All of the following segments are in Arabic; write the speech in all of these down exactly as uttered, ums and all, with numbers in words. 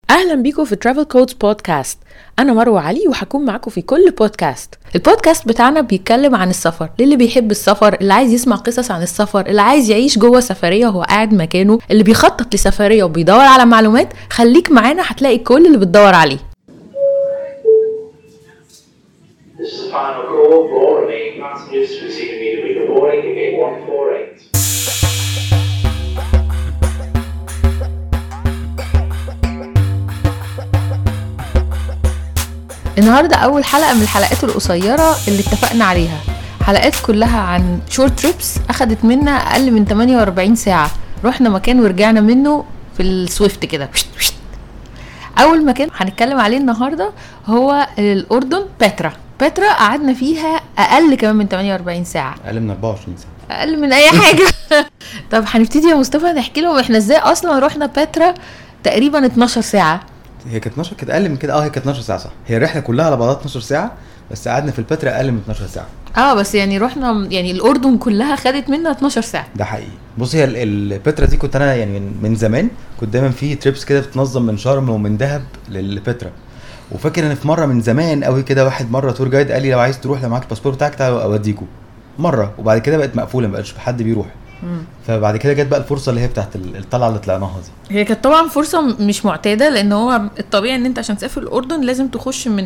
اهلا بيكم في ترافل كودز بودكاست. انا مروه علي وهكون معاكم في كل بودكاست. البودكاست بتاعنا بيتكلم عن السفر، للي بيحب السفر، اللي عايز يسمع قصص عن السفر، اللي عايز يعيش جوه سفريه وهو قاعد مكانه، اللي بيخطط لسفريه وبيدور على معلومات. خليك معانا هتلاقي كل اللي بتدور عليه. This is the final call for remaining passengers to receive immediately the boarding gate one forty-eight. النهارده اول حلقه من الحلقات القصيره اللي اتفقنا عليها، حلقات كلها عن شورت تريبس اخدت منا اقل من ثمانية وأربعين ساعه، رحنا مكان ورجعنا منه في السويفت كده. اول مكان هنتكلم عليه النهارده هو الاردن، بترا. بترا قعدنا فيها اقل كمان من ثمانية وأربعين ساعه، اقل من أربعة وعشرين ساعه، اقل من اي حاجه. طب هنبتدي يا مصطفى نحكي لهم احنا ازاي اصلا رحنا بترا. تقريبا اتناشر ساعه. هي كانت اتناشر، كانت اقل من كده. اه هي كانت اتناشر ساعه صح. هي الرحله كلها على بعضها اتناشر ساعه، بس قعدنا في البترا اقل من اتناشر ساعه. اه بس يعني رحنا، يعني الاردن كلها خدت منا اتناشر ساعه. ده حقيقي. بص، هي البترا دي كنت انا يعني من, من زمان كنت دايما في تريبس كده بتنظم من شرم ومن دهب للبترا. وفاكر ان في مره من زمان قوي كده واحد مره تور جايد قال لي لو عايز تروح، لو معاك الباسبور بتاعك تعالوا اوديكوا مره. وبعد كده بقت مقفوله، ما بقاش حد بيروح. مم. فبعد كده جت بقى الفرصه اللي هي بتاعت الطلعه اللي طلعناها دي. هي كانت طبعا فرصه مش معتاده، لان هو الطبيعي ان انت عشان تسافر الاردن لازم تخش من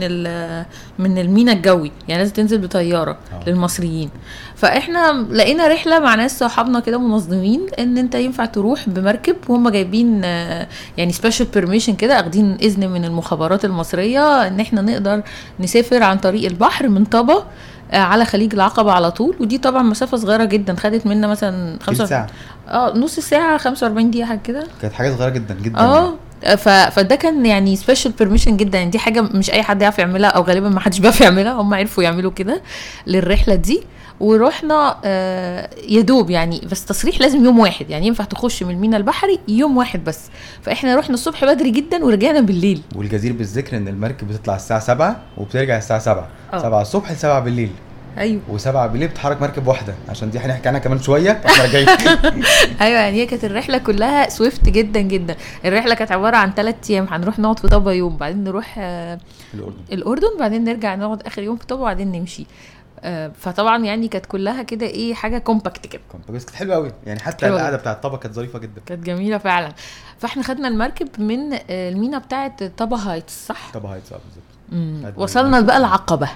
من الميناء الجوي، يعني لازم تنزل بطياره أوه. للمصريين. فاحنا لقينا رحله مع ناس صحابنا كده منظمين ان انت ينفع تروح بمركب، وهم جايبين يعني سبيشال بيرميشن كده، اخدين اذن من المخابرات المصريه ان احنا نقدر نسافر عن طريق البحر من طابا على خليج العقبة على طول. ودي طبعا مسافة صغيرة جدا، خدت منا مثلا خمسة ساعة، اه نص ساعة، خمسة وأربعين دقيقة حاجة كده. كانت حاجة صغيرة جدا جدا. اه ف... فده كان يعني سبيشال بيرميشن جدا، يعني دي حاجة مش اي حد يعرف يعملها، او غالبا ما حدش بيعرف يعملها. هم عرفوا يعملوا كده للرحلة دي. ورحنا آه يدوب يعني، بس تصريح لازم يوم واحد، يعني ينفع تخش من الميناء البحري يوم واحد بس. فاحنا رحنا الصبح بدري جدا ورجعنا بالليل. والجزير بالذكر ان المركب بتطلع الساعة سبعة وبترجع الساعة سبعة، سبعة الصبح لسبعة بالليل. ايوه، وسبعة بالليل بتحرك مركب واحده، عشان دي هنحكي عنها كمان شويه واحنا راجعين. ايوه، يعني هي كانت الرحله كلها سويفت جدا جدا. الرحله كانت عباره عن ثلاث ايام، هنروح نقعد في طابا يوم، بعدين نروح آه الاردن الاردن بعدين نرجع نقعد اخر يوم في طابا، وبعدين نمشي. آه فطبعا يعني كانت كلها كده ايه، حاجه كومباكت كده. كومباكت كانت حلوه قوي يعني، حتى القعده بتاعه طابا كانت ظريفه جدا، كانت جميله فعلا. فاحنا خدنا المركب من آه المينا بتاعه طابا هايتس، صح؟ طابا هايتس بالظبط. وصلنا بقى العقبه.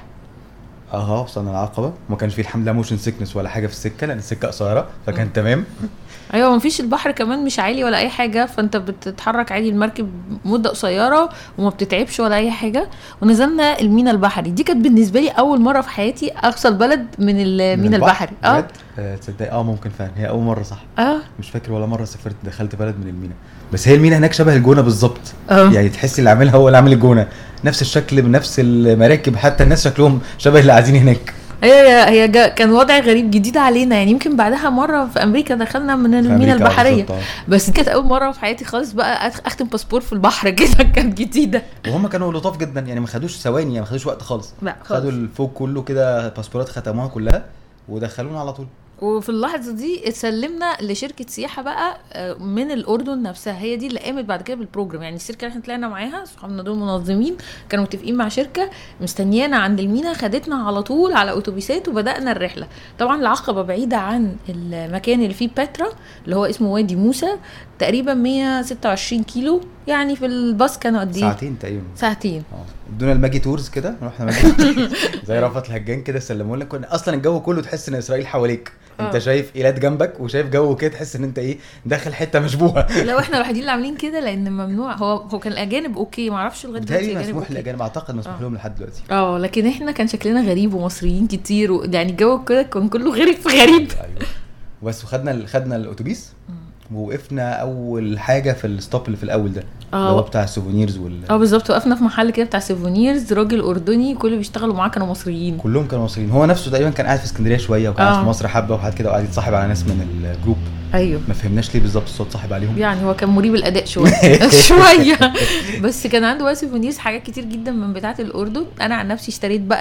اه وصلنا العقبه، ما كانش فيه الحمد لله موشن سيكنس ولا حاجه في السكه، لان السكه قصيره فكان تمام. ايوه، ما فيش البحر كمان مش عالي ولا اي حاجه، فانت بتتحرك عادي المركب مده قصيره وما بتتعبش ولا اي حاجه. ونزلنا الميناء البحري. دي كانت بالنسبه لي اول مره في حياتي اوصل بلد من الميناء البحري. اه تصدق اه ممكن فعلا هي اول مره صح. اه مش فاكر ولا مره سافرت دخلت بلد من الميناء، بس هي الميناء هناك شبه الجونه بالظبط. يعني تحسي اللي عاملها هو اللي عامل الجونه، نفس الشكل بنفس المراكب، حتى الناس شكلهم شبه اللي قاعدين هناك. هي هي كان وضع غريب جديد علينا، يعني يمكن بعدها مره في امريكا دخلنا من الميناء البحريه، بس كانت اول مره في حياتي خالص بقى اختم باسبور في البحر كده، كانت جديده. وهم كانوا لطاف جدا يعني، ما خدوش ثواني، ما خدوش وقت خالص. خدوا الفوق كله كده باسبورات، ختموها كلها ودخلونا على طول. وفي اللحظه دي اتسلمنا لشركه سياحه بقى من الاردن نفسها، هي دي اللي قامت بعد كده بالبروجرام. يعني الشركه اللي احنا طلعنا معاها صحابنا دول منظمين، كانوا متفقين مع شركه مستنيانا عند الميناء، خدتنا على طول على اتوبيسات وبدانا الرحله. طبعا العقبه بعيده عن المكان اللي فيه بترا اللي هو اسمه وادي موسى، تقريبا مية وستة وعشرين كيلو، يعني في الباص كانوا قد ايه؟ ساعتين تقريبا. ساعتين. اه ادونا الماجي تورز كده، رحنا ماجي زي رفعت الهجان كده، سلموا لنا. كنا اصلا الجو كله تحس ان اسرائيل حواليك، انت أوه. شايف ايلات جنبك وشايف جو كده، تحس ان انت ايه داخل حته مشبوهه. لو احنا الوحيدين اللي عاملين كده، لان ممنوع. هو هو كان الاجانب اوكي، ما اعرفش لغايه دلوقتي مسموح للاجانب، اعتقد مسموح لهم لحد دلوقتي. اه لكن احنا كان شكلنا غريب ومصريين كتير و... يعني الجو كده كان كله غريب في غريب. ايوه بس خدنا خدنا الاتوبيس ووقفنا اول حاجه في الستوب اللي في الاول ده اللي هو بتاع السوفونيرز وال اه بالظبط. وقفنا في محل كده بتاع سوفونيرز، راجل اردني، كل اللي بيشتغلوا معاه كانوا مصريين، كلهم كانوا مصريين. هو نفسه تقريبا كان قاعد في اسكندريه شويه، وكان قاعد في مصر حبه وحاجات كده، وقاعد يتصاحب على ناس من الجروب. ايوه ما فهمناش ليه بالظبط الصوت صاحب عليهم. يعني هو كان مريب الاداء شويه شويه بس كان عنده واسف ونيس حاجات كتير جدا من بتاعه الاردن. انا عن نفسي اشتريت بقى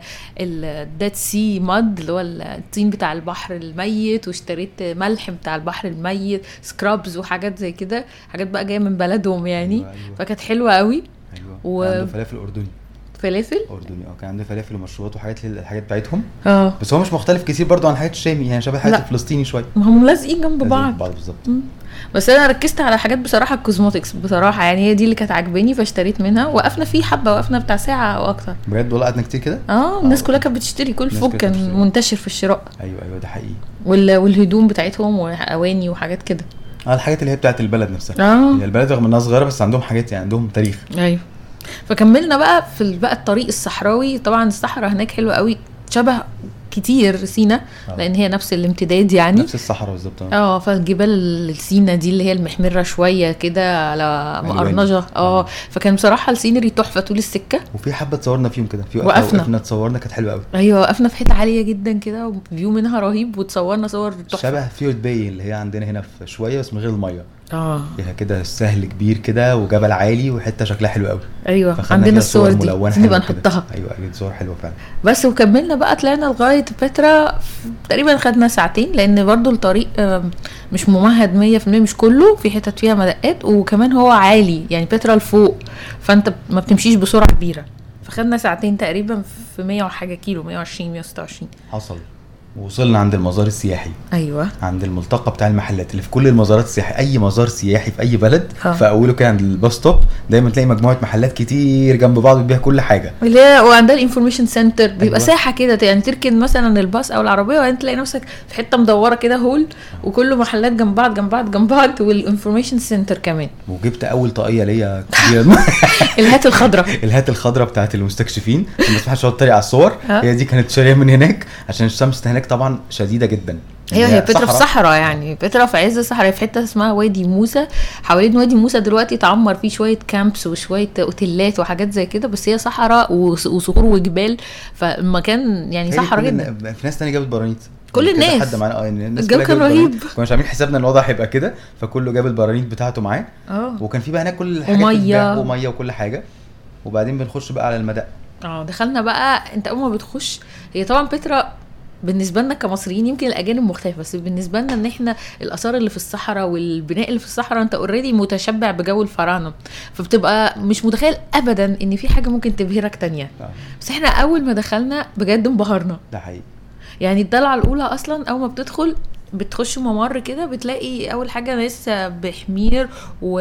الديد سي ماد اللي هو الطين بتاع البحر الميت، واشتريت ملح بتاع البحر الميت، سكرابز وحاجات زي كده، حاجات بقى جايه من بلدهم يعني. أيوة أيوة. فكانت حلوه قوي. ايوه و... عنده فلافل اردني. فلافل اردني اه، كان عنده فلافل ومشروبات وحاجات الحاجات بتاعتهم اه، بس هو مش مختلف كتير برضو عن الحاجات الشامي يعني، شبه الحاجات الفلسطيني شويه، ما هم لازقين جنب بعض بعض بالظبط. بس انا ركزت على حاجات بصراحه الكوزموتكس بصراحه يعني، هي دي اللي كانت عاجباني فاشتريت منها. وقفنا فيه حبه، وقفنا بتاع ساعه او اكتر بجد والله، قعدنا كتير كده اه. الناس كلها كانت بتشتري، كل فوق كان منتشر في الشراء. ايوه ايوه ده حقيقي. وال... والهدوم بتاعتهم واواني وحاجات كده اه، الحاجات اللي هي بتاعت البلد نفسها اه. يعني البلد رغم انها صغيره بس عندهم حاجات يعني، عندهم تاريخ. ايوه. فكملنا بقى في بقى الطريق الصحراوي. طبعا الصحراء هناك حلوه قوي، شبه كتير سينا آه. لان هي نفس الامتداد يعني، نفس الصحراء بالظبط اه. فالجبال السينا دي اللي هي المحمره شويه كده على مقرنجه اه. فكان بصراحه السينري تحفه طول السكه. وفي حبه تصورنا فيهم كده، في وقفنا وقفنا تصورنا كانت حلوه قوي. ايوه وقفنا في حته عاليه جدا كده وفيو منها رهيب، وتصورنا صور تحفه شبه فيورد باي اللي هي عندنا هنا في شويه بس من غير الميه اه. فيها كده سهل كبير كده وجبل عالي وحته شكلها حلو قوي. ايوه عندنا الصور دي نبقى نحطها. ايوه ايوه صور حلوه فعلا. بس وكملنا بقى طلعنا لغايه بترا، تقريبا خدنا ساعتين لان برضو الطريق مش ممهد مية في المية، مش كله، في حتت فيها مدقات، وكمان هو عالي يعني بترا لفوق، فانت ما بتمشيش بسرعه كبيره. فخدنا ساعتين تقريبا في مية وحاجه كيلو، مية وعشرين مية وستة وعشرين حصل. وصلنا عند المزار السياحي. ايوه عند الملتقى بتاع المحلات اللي في كل المزارات السياحيه. اي مزار سياحي في اي بلد ها. في اوله كده عند الباص ستوب دايما تلاقي مجموعه محلات كتير جنب بعض بتبيع كل حاجه، اللي هي وعندها الانفورميشن سنتر بيبقى أيوة. ساحه كده يعني، تركن مثلا الباص او العربيه وبعدين تلاقي نفسك في حته مدوره كده هول، وكله محلات جنب بعض جنب بعض جنب بعض، والانفورميشن سنتر كمان. وجبت اول طاقيه ليا كبيره الهات الخضراء الهات الخضراء بتاعت المستكشفين، الناس ما حدش يطلع على الصور. هي دي كانت شاريه من هناك عشان الشمس هناك طبعا شديده جدا. هي هي بترا في صحراء يعني، بترا في عز الصحراء، في حته اسمها وادي موسى. حوالين وادي موسى دلوقتي اتعمر فيه شويه كامبس وشويه اوتيلات وحاجات زي كده، بس هي صحراء وصخور وجبال، فالمكان يعني صحراء جدا. في ناس تانية جابت برانيت، كل الناس حد معانا اه الناس الجو كان رهيب، كنا عاملين حسابنا ان الوضع هيبقى كده، فكله جاب البرانيت بتاعته معاه اه. وكان في بقى هناك كل حاجه وميه وميه وكل حاجه. وبعدين بنخش بقى على المدق اه. دخلنا بقى، انت اول ما بتخش، هي طبعا بترا بالنسبه لنا كمصريين يمكن الاجانب مختلف، بس بالنسبه لنا ان احنا الاثار اللي في الصحراء والبناء اللي في الصحراء انت اوريدي متشبع بجو الفراعنه، فبتبقى مش متخيل ابدا ان في حاجه ممكن تبهرك تانية آه. بس احنا اول ما دخلنا بجد انبهرنا. ده حقيقي يعني الدلعه الاولى اصلا اول ما بتدخل بتخش ممر كده بتلاقي اول حاجه ناس بحمير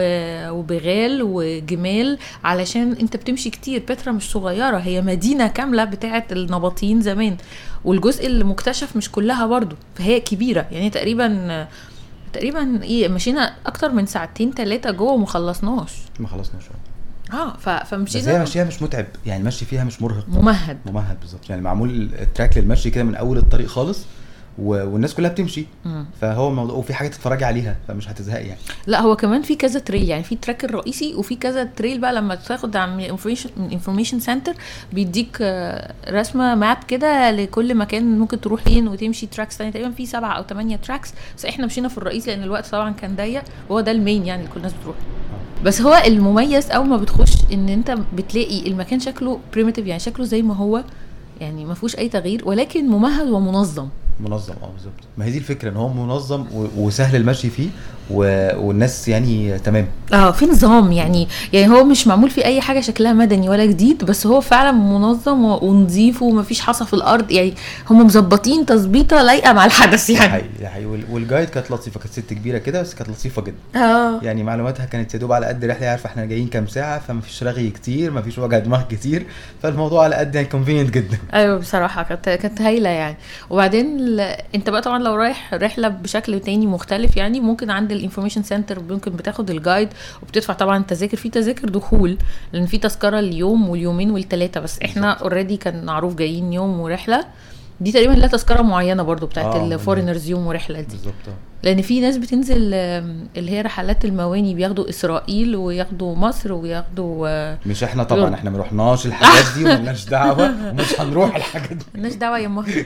وبغال وجمال، علشان انت بتمشي كتير. بترا مش صغيره، هي مدينه كامله بتاعه النبطيين زمان، والجزء اللي مكتشف مش كلها برضو، فهي كبيره يعني. تقريبا تقريبا ايه مشينا اكتر من ساعتين ثلاثه جوه وما خلصناش ما خلصناش اه. فمشينا، بس هي مشيها مش متعب يعني، مشي فيها مش مرهق، ممهد ممهد بالظبط يعني، معمول التراك للمشي كده من اول الطريق خالص، والناس كلها بتمشي مم. فهو موضوع، وفي حاجه تتفرجي عليها فمش هتزهقي يعني. لا هو كمان في كذا تريل يعني، في تراك الرئيسي وفي كذا تريل بقى. لما تاخد عن الانفورميشن انفورميشن سنتر بيديك رسمه ماب كده لكل مكان ممكن تروح فين وتمشي تراكس ثانيه، تقريبا في سبعة او ثمانية تراكس، بس احنا مشينا في الرئيس لان الوقت طبعا كان ضيق، وهو ده المين يعني اللي كل الناس بتروح. بس هو المميز اول ما بتخش ان انت بتلاقي المكان شكله بريميتيف يعني، شكله زي ما هو يعني، ما فيهوش اي تغيير، ولكن ممهد ومنظم. منظم اه بالظبط. ما هي دي الفكره، ان هو منظم وسهل المشي فيه، والناس يعني تمام اه في نظام يعني. يعني هو مش معمول فيه اي حاجه شكلها مدني ولا جديد، بس هو فعلا منظم ونظيف ومفيش حصى في الارض يعني، هم مظبطين تظبيطه لايقه مع الحدث يعني. حقيقي حقيقي. والجايد كانت لطيفه، كانت ست كبيره كده بس كانت لطيفه جدا اه. يعني معلوماتها كانت يدوب على قد الرحله، عارفه احنا جايين كام ساعه، فمفيش رغي كتير، مفيش وجع دماغ كتير، فالموضوع على قد يعني كونفينينت جدا. ايوه بصراحه كانت كانت هايله يعني. وبعدين ل... انت بقى طبعا لو رايح رحله بشكل تاني مختلف يعني، ممكن عند الانفورميشن سنتر ممكن بتاخد الجايد وبتدفع طبعا تذاكر، في تذاكر دخول لان في تذكره اليوم واليومين والثلاثه، بس احنا اوريدي كان معروف جايين يوم ورحله، دي تقريبا لها تذكره معينه برضو بتاعت آه، الفورينرز يوم ورحله دي، بالظبط. لان في ناس بتنزل آم، اللي هي رحلات المواني بياخدوا اسرائيل وياخدوا مصر وياخدوا آه، مش احنا طبعا، يلا. احنا ما رحناش الحاجات دي ومالناش دعوه ومش هنروح الحاجات دي. مالناش دعوه يا مهر.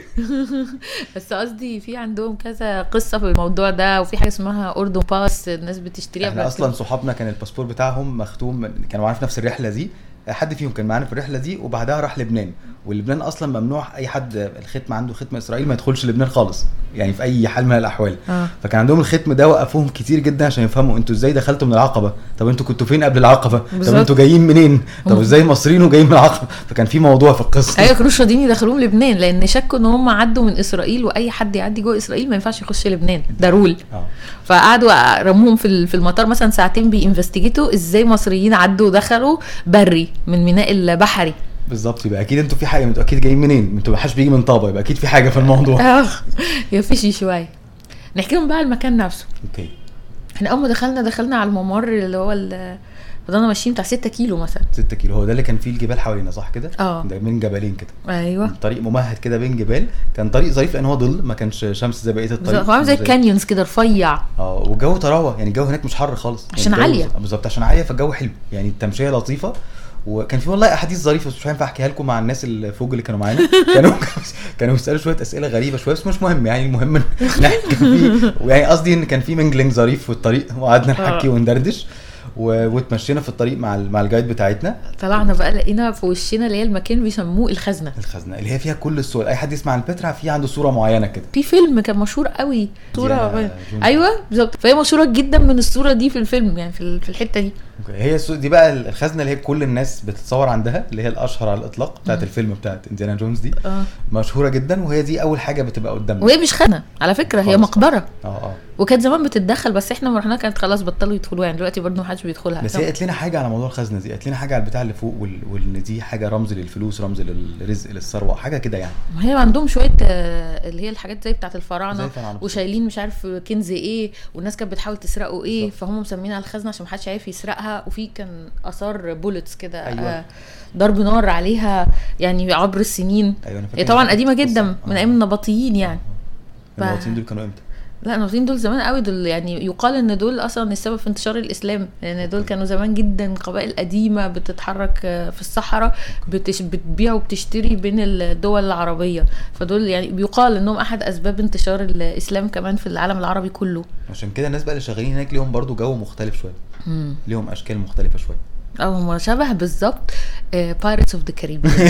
بس قصدي في عندهم كذا قصه في الموضوع ده، وفي حاجه اسمها اردن باس الناس بتشتريها. احنا اصلا صحابنا كان الباسبور بتاعهم مختوم من- كانوا معانا في نفس الرحله دي، حد فيهم كان معانا في الرحله دي وبعدها راح لبنان، ولبنان اصلا ممنوع اي حد الختم عنده ختم اسرائيل ما يدخلش لبنان خالص، يعني في اي حال من الاحوال. آه. فكان عندهم الختم ده، وقفوهم كتير جدا عشان يفهموا انتوا ازاي دخلتوا من العقبه، طب انتوا كنتوا فين قبل العقبه، طب بالظبط. انتوا جايين منين، طب هم- ازاي مصريين وجايين من العقبه. فكان في موضوع في القصه. ايوه كانوا راضيين يدخلوهم لبنان لان شكوا ان هم عدوا من اسرائيل، واي حد يعدي جوه اسرائيل ما ينفعش يخش لبنان، ده رول. اه فقعدوا رموهم في ال- في المطار مثلا ساعتين بينفستيجيتوا ازاي مصريين عدوا دخلوا بري من ميناء البحري. بالظبط. يبقى اكيد انتوا في حاجه، انتوا اكيد جايين منين، انتوا ما حدش بيجي من طابه، يبقى اكيد في حاجه في الموضوع. اه يفشي شويه. نحكي لهم بقى على المكان نفسه. اوكي. احنا اول ما دخلنا دخلنا على الممر اللي هو ال- فضلنا ماشيين بتاع ستة كيلو مثلا. ستة كيلو، هو ده اللي كان فيه الجبال حوالينا صح كده؟ اه. ده من جبلين كده. ايوه طريق ممهد كده بين جبال، كان طريق ظريف لان هو ظل، ما كانش شمس زي بقيه الطريق. هو عامل زي الكانيونز كده رفيع. اه والجو طراوه، يعني الجو هناك مش حر خالص عشان يعني الجو- عالية. بالظبط عشان عاليه، فالجو حلو يعني، التمشيه لطيفه. وكان في والله احاديث ظريفه بس مش هينفع احكيها لكم مع الناس اللي فوق اللي كانوا معانا. كانوا كانوا بيسالوا شويه اسئله غريبه شويه بس مش مهم يعني، المهم ان إن إحنا كان في، يعني قصدي ان كان في مينجلينج ظريف في الطريق، وقعدنا نحكي آه. وندردش و- واتمشينا في الطريق مع ال- مع الجايد بتاعتنا. طلعنا بقى لقينا في وشنا اللي هي المكان بيسموه الخزنه. الخزنه اللي هي فيها كل الصور، اي حد يسمع عن بترا في عنده صوره معينه كده. في فيلم كان مشهور قوي صوره ديانا جونز. ايوه بالظبط، فهي مشهوره جدا من الصوره دي في الفيلم، يعني في ال- في الحته دي. أوكي. هي السو- دي بقى الخزنه اللي هي كل الناس بتتصور عندها، اللي هي الاشهر على الاطلاق بتاعت الفيلم بتاعت انديانا جونز دي. اه مشهوره جدا، وهي دي اول حاجه بتبقى قدامنا. وهي مش خزنه على فكره، هي خالص. مقبره، اه اه وكانت زمان بتتدخل بس احنا لما رحنا كانت خلاص بطلوا يدخلوها، يعني دلوقتي برضه محدش بيدخلها. بس هي قالت لنا حاجه على موضوع الخزنه دي، قالت لنا حاجه على البتاع اللي فوق، وال- وان دي حاجه رمز للفلوس، رمز للرزق، للثروه، حاجه كده يعني. ما هي عندهم شويه آه، اللي هي الحاجات زي بتاعه زي الفراعنه، الفراعنة بالظبط. وشايلين مش عارف كنز ايه، والناس كانت بتحاول تسرقه ايه، بالظبط. فهم مسمينها الخزنه عشان محدش عارف يسرقها. وفي كان اثار بولتس كده، أيوة. آه، ضرب نار عليها يعني عبر السنين. ايوه انا فاكر. هي طبعا قديمه جدا القصة. من آه. ايام النبطيين يعني. ف- النبطيين دول كانوا امتى؟ لا النبطيين دول زمان قوي، دول يعني يقال ان دول اصلا السبب في انتشار الاسلام، لان دول كانوا زمان جدا قبائل قديمه بتتحرك آه، في الصحراء، بتش بتبيع وبتشتري بين الدول العربيه، فدول يعني بيقال انهم احد اسباب انتشار الاسلام كمان في العالم العربي كله. عشان كده الناس بقى اللي شغالين هناك ليهم برضو جو مختلف شويه، امم ليهم اشكال مختلفه شويه. او هم شبه بالظبط بايرتس اوف ذا كاريبيان.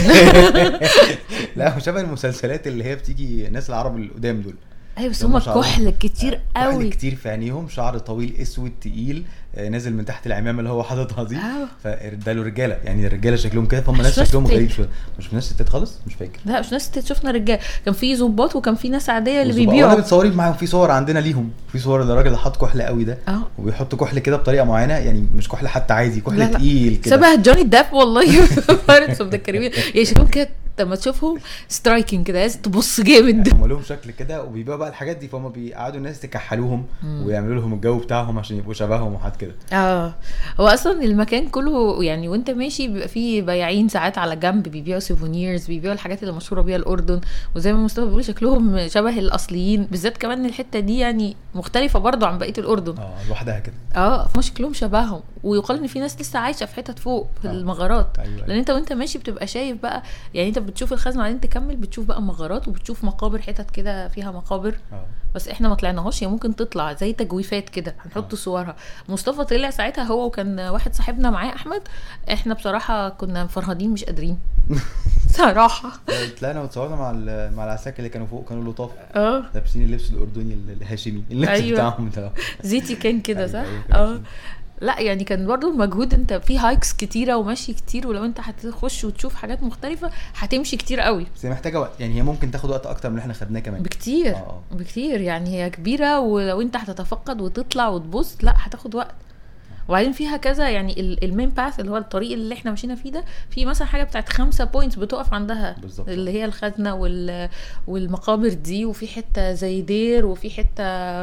لا هو شبه المسلسلات اللي هي بتيجي الناس العرب القدام دول. ايوه بس هم هم شعرهم- كحل كتير كحل قوي. كتير في عينيهم، شعر طويل اسود تقيل آه، نازل من تحت العمامه اللي هو حاططها دي. آه. فده رجاله، يعني الرجاله شكلهم كده، فهم مش ناس ناس شكلهم ستات. غريب شويه. مش ناس ستات خالص، مش فاكر. لا مش ناس ستات، شفنا رجال، كان في ظباط وكان في ناس عاديه اللي ولا بيبيعوا. متصورين معاهم في صور عندنا ليهم، في صور للراجل اللي حاط كحل قوي ده، اه وبيحط كحل كده بطريقه معينه، يعني مش كحل حتى عادي، لا كحل لا. تقيل كده. شبه جوني ديب والله. بايرتس اوف ذا كاريبيان، يعني شكلهم كده لما تشوفهم سترايكنج كده لازم تبص جامد. هم لهم شكل كده، وبيبيعوا بقى الحاجات دي، فهم بيقعدوا الناس تكحلوهم ويعملوا لهم الجو بتاعهم عشان يبقوا شبههم وحاجات كده. اه هو اصلا المكان كله يعني وانت ماشي بيبقى فيه بياعين ساعات على جنب بيبيعوا سيفونيرز، بيبيعوا الحاجات اللي مشهوره بيها الاردن، وزي ما مصطفى بيقول شكلهم شبه الاصليين، بالذات كمان الحته دي يعني مختلفه برضو عن بقيه الاردن. اه لوحدها كده. اه هم شكلهم شبههم، ويقال ان في ناس لسه عايشه في حتت فوق في آه. المغارات. أيوة. لان انت وانت ماشي بتبقى شايف بقى، يعني انت بتشوف الخزنه وبعدين تكمل بتشوف بقى مغارات وبتشوف مقابر، حتت كده فيها مقابر. اه بس احنا ما طلعناهاش، هي ممكن تطلع زي تجويفات كده هنحط صورها. مصطفى طلع ساعتها هو وكان واحد صاحبنا معاه احمد، احنا بصراحه كنا فرهدين مش قادرين صراحه. طلعنا وتصورنا مع ال- مع العساكر اللي كانوا فوق، كانوا لطاف اه لابسين اللبس الاردني الهاشمي، اللبس أيوة. بتاعهم ده. زيتي كان كده صح. أيوة، أيوة، كانوا اه لابسين. لا يعني كان برضو المجهود، انت في هايكس كتيره ومشي كتير، ولو انت هتخش وتشوف حاجات مختلفه هتمشي كتير قوي بس هي محتاجه وقت، يعني هي ممكن تاخد وقت اكتر من اللي احنا خدناه كمان بكتير. آه، آه. بكتير يعني هي كبيره، ولو انت هتتفقد وتطلع وتبص لا هتاخد وقت. وبعدين فيها كذا يعني المين باث اللي هو الطريق اللي احنا ماشيين فيه ده، في مثلا حاجه بتاعت خمسة بوينتس بتقف عندها بالظبط. اللي هي الخزنه وال والمقابر دي، وفي حته زي دير، وفي حته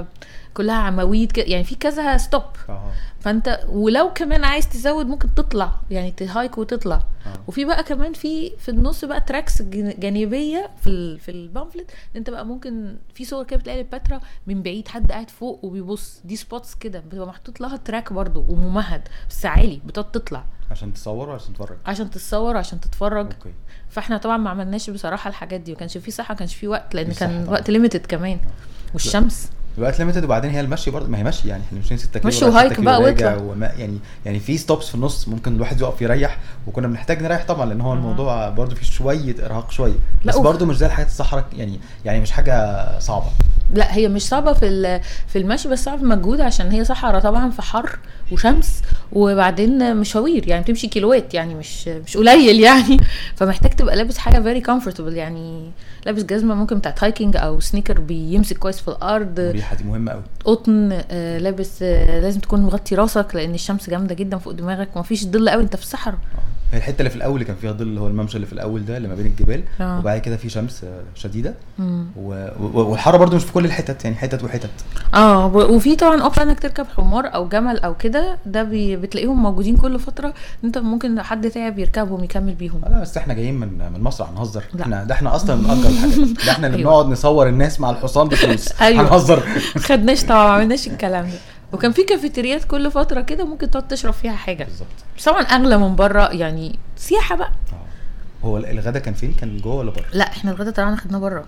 كلها عواميد كده، يعني في كذا ستوب. اه فانت ولو كمان عايز تزود ممكن تطلع يعني تهايك وتطلع. آه. وفي بقى كمان في في النص بقى تراكس جن- جانبيه في ال في البامفلت، انت بقى ممكن في صور كده بتلاقي الباترا من بعيد حد قاعد فوق وبيبص، دي سبوتس كده بتبقى محطوط لها تراك برضو وممهد بس عالي بتقعد تطلع عشان تصور وعشان تتفرج. عشان تتصور عشان تتفرج. اوكي. فاحنا طبعا ما عملناش بصراحه الحاجات دي، ما كانش في صحه، ما كانش في وقت لان مش كان صح طبعاً. وقت ليميتد كمان والشمس. الوقت ليميتد، وبعدين هي المشي برضه ما هي مشي يعني احنا ماشيين ستة كيلو مشي رايح وهايك ستة بقى كيلو راجع واطلع. وما يعني يعني في ستوبس في النص ممكن الواحد يقف يريح، وكنا بنحتاج نريح طبعا لان هو الموضوع برضه فيه شويه ارهاق شويه، لا بس وف- برضه مش زي الحاجات الصحراء يعني يعني مش حاجه صعبه. لا هي مش صعبه في ال- في المشي، بس صعب مجهود عشان هي صحراء طبعا في حر وشمس، وبعدين مشاوير يعني بتمشي كيلوات يعني مش مش قليل يعني. فمحتاج تبقى لابس حاجه فيري كومفورتبل، يعني لابس جزمه ممكن بتاعت هايكنج او سنيكر بيمسك كويس في الارض، الريحه دي مهمه قوي. قطن، آه، لابس، آه، لازم تكون مغطي راسك لان الشمس جامده جدا فوق دماغك ومفيش ظل قوي انت في الصحراء. هي الحته اللي في الاول اللي كان فيها ظل هو الممشى اللي في الاول ده اللي ما بين الجبال، آه. وبعد كده في شمس آه، شديده، مم. و- و- والحر برضه مش في كل الحتت يعني حتت وحتت. اه و- وفي طبعا اوبشن انك تركب حمار او جمل او كده، ده بي بتلاقيهم موجودين كل فتره، انت ممكن حد تعب يركبهم يكمل بيهم. لا بس احنا جايين من من مصر هنهزر، لا. احنا ده احنا اصلا بنأجر الحاجات ده احنا اللي أيوة. بنقعد نصور الناس مع الحصان بفلوس. أيوة. هنهزر. خدناش طبعا، ما عملناش الكلام ده. وكان في كافيتريات كل فتره كده ممكن تقعد تشرب فيها حاجه، بالظبط. بس طبعا اغلى من بره يعني سياحه بقى. اه هو الغدا كان فين؟ كان جوه ولا بره؟ لا احنا الغدا طبعا خدناه بره.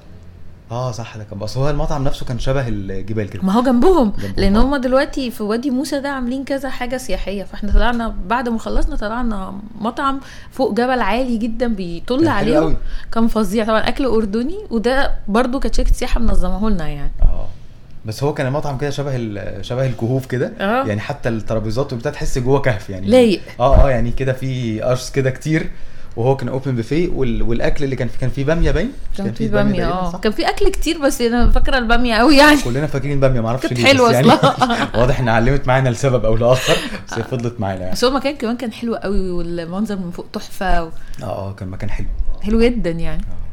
اه صح ده كان، بس هو المطعم نفسه كان شبه الجبال كده. ما هو جنبهم, جنبهم. لان هم دلوقتي في وادي موسى ده عاملين كذا حاجه سياحيه، فاحنا طلعنا بعد ما خلصنا طلعنا مطعم فوق جبل عالي جدا بيطل كان حلو عليهم. قوي. كان فظيع طبعا، اكل اردني، وده برضو كانت شركه سياحه منظمه لنا يعني. اه بس هو كان المطعم كده شبه ال- شبه الكهوف كده، آه. يعني حتى الترابيزات وبتاع تحس جوه كهف يعني لايق. اه اه يعني كده في ارش كده كتير، وهو كان اوبن بوفيه، وال... والاكل اللي كان فيه كان فيه باميه باين، مش كان في فيه باميه، تقريباً، اه صح؟ كان في اكل كتير بس انا فاكره الباميه قوي يعني. كلنا فاكرين باميه، ما اعرفش كانت ليه حلوة بس يعني أصلاً. واضح انها علمت معانا لسبب او لاخر، بس هي فضلت معانا يعني. بس هو المكان كمان كان حلو قوي، والمنظر من فوق تحفه و... اه اه كان مكان حلو. حلو جدا يعني. آه.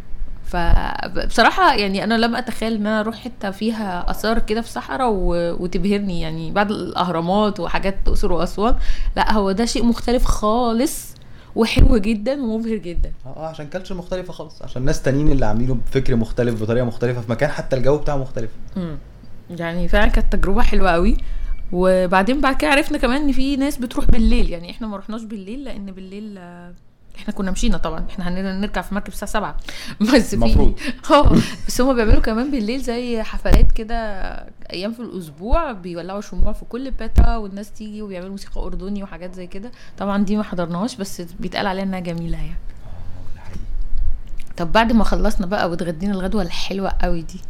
فبصراحه يعني انا لم اتخيل ان انا اروح حته فيها اثار كده في صحراء و... وتبهرني يعني، بعد الاهرامات وحاجات الاقصر واسوان، لا هو ده شيء مختلف خالص وحلو جدا ومبهر جدا. اه عشان كالتشر مختلفه خالص، عشان ناس تانيين اللي عاملينه بفكر مختلف بطريقه مختلفه في مكان حتى الجو بتاعه مختلف. امم يعني فعلا كانت تجربه حلوه قوي. وبعدين بعد كده عرفنا كمان ان في ناس بتروح بالليل، يعني احنا ما رحناش بالليل لان بالليل آه، احنا كنا مشينا طبعا، احنا هنركب في مركب الساعه سبعة بس في المفروض. اه بس هم بيعملوا كمان بالليل زي حفلات كده ايام في الاسبوع، بيولعوا شموع في كل بيتا والناس تيجي وبيعملوا موسيقى اردني وحاجات زي كده. طبعا دي ما حضرناهاش بس بيتقال عليها انها جميله يعني. اه ده حقيقي. طب بعد ما خلصنا بقى واتغدينا الغدوه الحلوه قوي دي،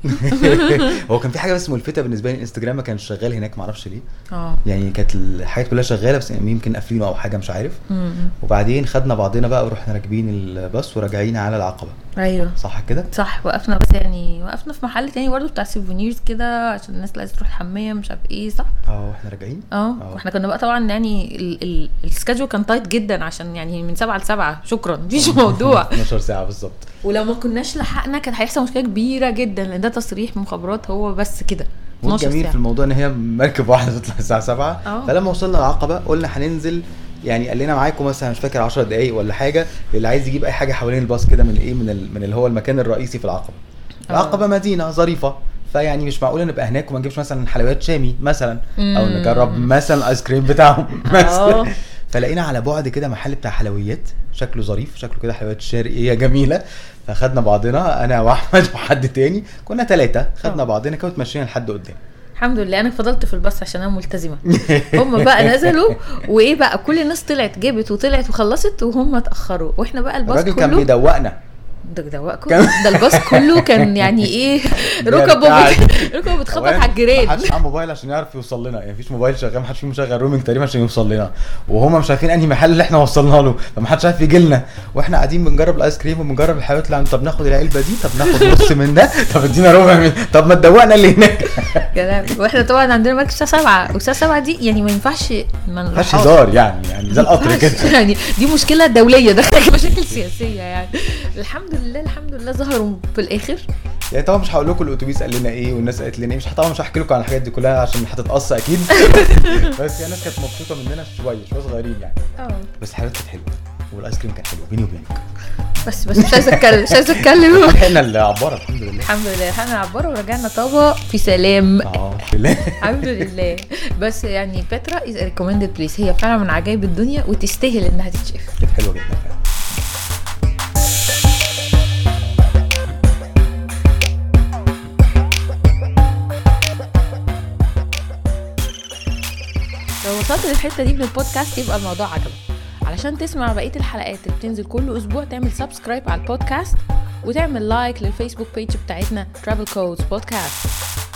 هو كان في حاجه بس ملفته بالنسبه لي، الانستجرام ما كانش شغال هناك، ما اعرفش ليه اه يعني، كانت الحاجات كلها شغاله بس يمكن قافلينه او حاجه مش عارف. امم وبعدين خدنا بعضنا بقى ورحنا راكبين الباص وراجعين على العقبه، ايوه صح كده؟ صح. وقفنا بس يعني وقفنا في محل تاني برضه بتاع سيفونيرز كده عشان الناس اللي عايزه تروح الحمام مش عارف ايه، صح. اه واحنا راجعين اه آه. واحنا كنا بقى طبعا يعني ال- ال- السكادجول كان تايت جدا عشان يعني من سبعة لسبعة شكرا مفيش موضوع. اتناشر ساعه بالظبط. ولو ما كناش لحقنا كان هيحصل مشكله كبيره جدا لان ده تصريح مخابرات هو بس كده اتناشر والجميل ساعة. في الموضوع ان هي مركب واحده تطلع الساعه سبعة، آه. فلما وصلنا العقبه قلنا هننزل، يعني قال لنا معاكم مثلا مش فاكر عشر دقايق ولا حاجه، اللي عايز يجيب اي حاجه حوالين الباص كده من ايه من ال... من اللي هو المكان الرئيسي في العقبه. آه. العقبه مدينه ظريفه، فيعني مش معقول نبقى هناك وما نجيبش مثلا حلويات شامي مثلا، او مم. نجرب مثلا الايس كريم بتاعهم آه. مثلا. فلقينا على بعد كده محل بتاع حلويات شكله ظريف، شكله كده حلويات شرقيه جميله، فخدنا بعضنا انا واحمد وحد تاني، كنا ثلاثه، خدنا آه. بعضنا كده وتمشينا لحد قدام. الحمد لله انا فضلت في الباص عشان انا ملتزمه. هم بقى نزلوا وايه بقى كل الناس طلعت جابت وطلعت وخلصت وهم اتاخروا، واحنا بقى الباص الراجل كله كان بيدوقنا، ده دوقكم ده الباص كله كان يعني ايه ركبه بت... ركبه بتخبط على ما الجيران. حدش معاه موبايل عشان يعرف يوصل لنا، يعني مفيش موبايل شغال، ما حدش فيهم مشغل رومينج تقريبا عشان يوصل لنا، وهم مش عارفين انهي محل اللي احنا وصلنا له، فما حدش عارف يجي لنا، واحنا قاعدين بنجرب الايس كريم وبنجرب الحلويات اللي عندنا، طب ناخد العلبه دي، طب ناخد نص من ده، طب ادينا ربع من، طب ما تدوقنا اللي هناك. كلام. واحنا طبعا عندنا مركز الساعه سبعة والساعه سبعة دي يعني ما ينفعش ما ما فيهاش نروحهاش. هزار يعني، يعني زي القطر كده. يعني دي مشكله دوليه داخل مشاكل سياسيه يعني. الحمد لله الحمد لله ظهروا في الاخر يعني طبعا مش هقول لكم الاتوبيس قال لنا ايه والناس قالت لنا ايه، مش طبعا مش هحكي لكم عن الحاجات دي كلها عشان هتتقص اكيد. بس يعني الناس كانت مبسوطه مننا شويه شويه صغيرين يعني. اه بس الحلويات كانت حلوه والايس كريم كان حلو بيني وبينك. بس بس مش عايزه اتكلم مش عايزه اتكلم. احنا العباره الحمد لله الحمد لله احنا عباره ورجعنا طابا في سلام. اه بالله الحمد لله. بس يعني بترا از ريكومندد بليس، هي فعلا من عجائب الدنيا وتستاهل انها تتشاف. كانت حلوه جدا فعلا. لو وصلت للحته دي من البودكاست يبقى الموضوع عجبك. علشان تسمع بقيه الحلقات اللي بتنزل كل اسبوع تعمل سبسكرايب على البودكاست وتعمل لايك للفيسبوك بيج بتاعتنا Travel Codes Podcast.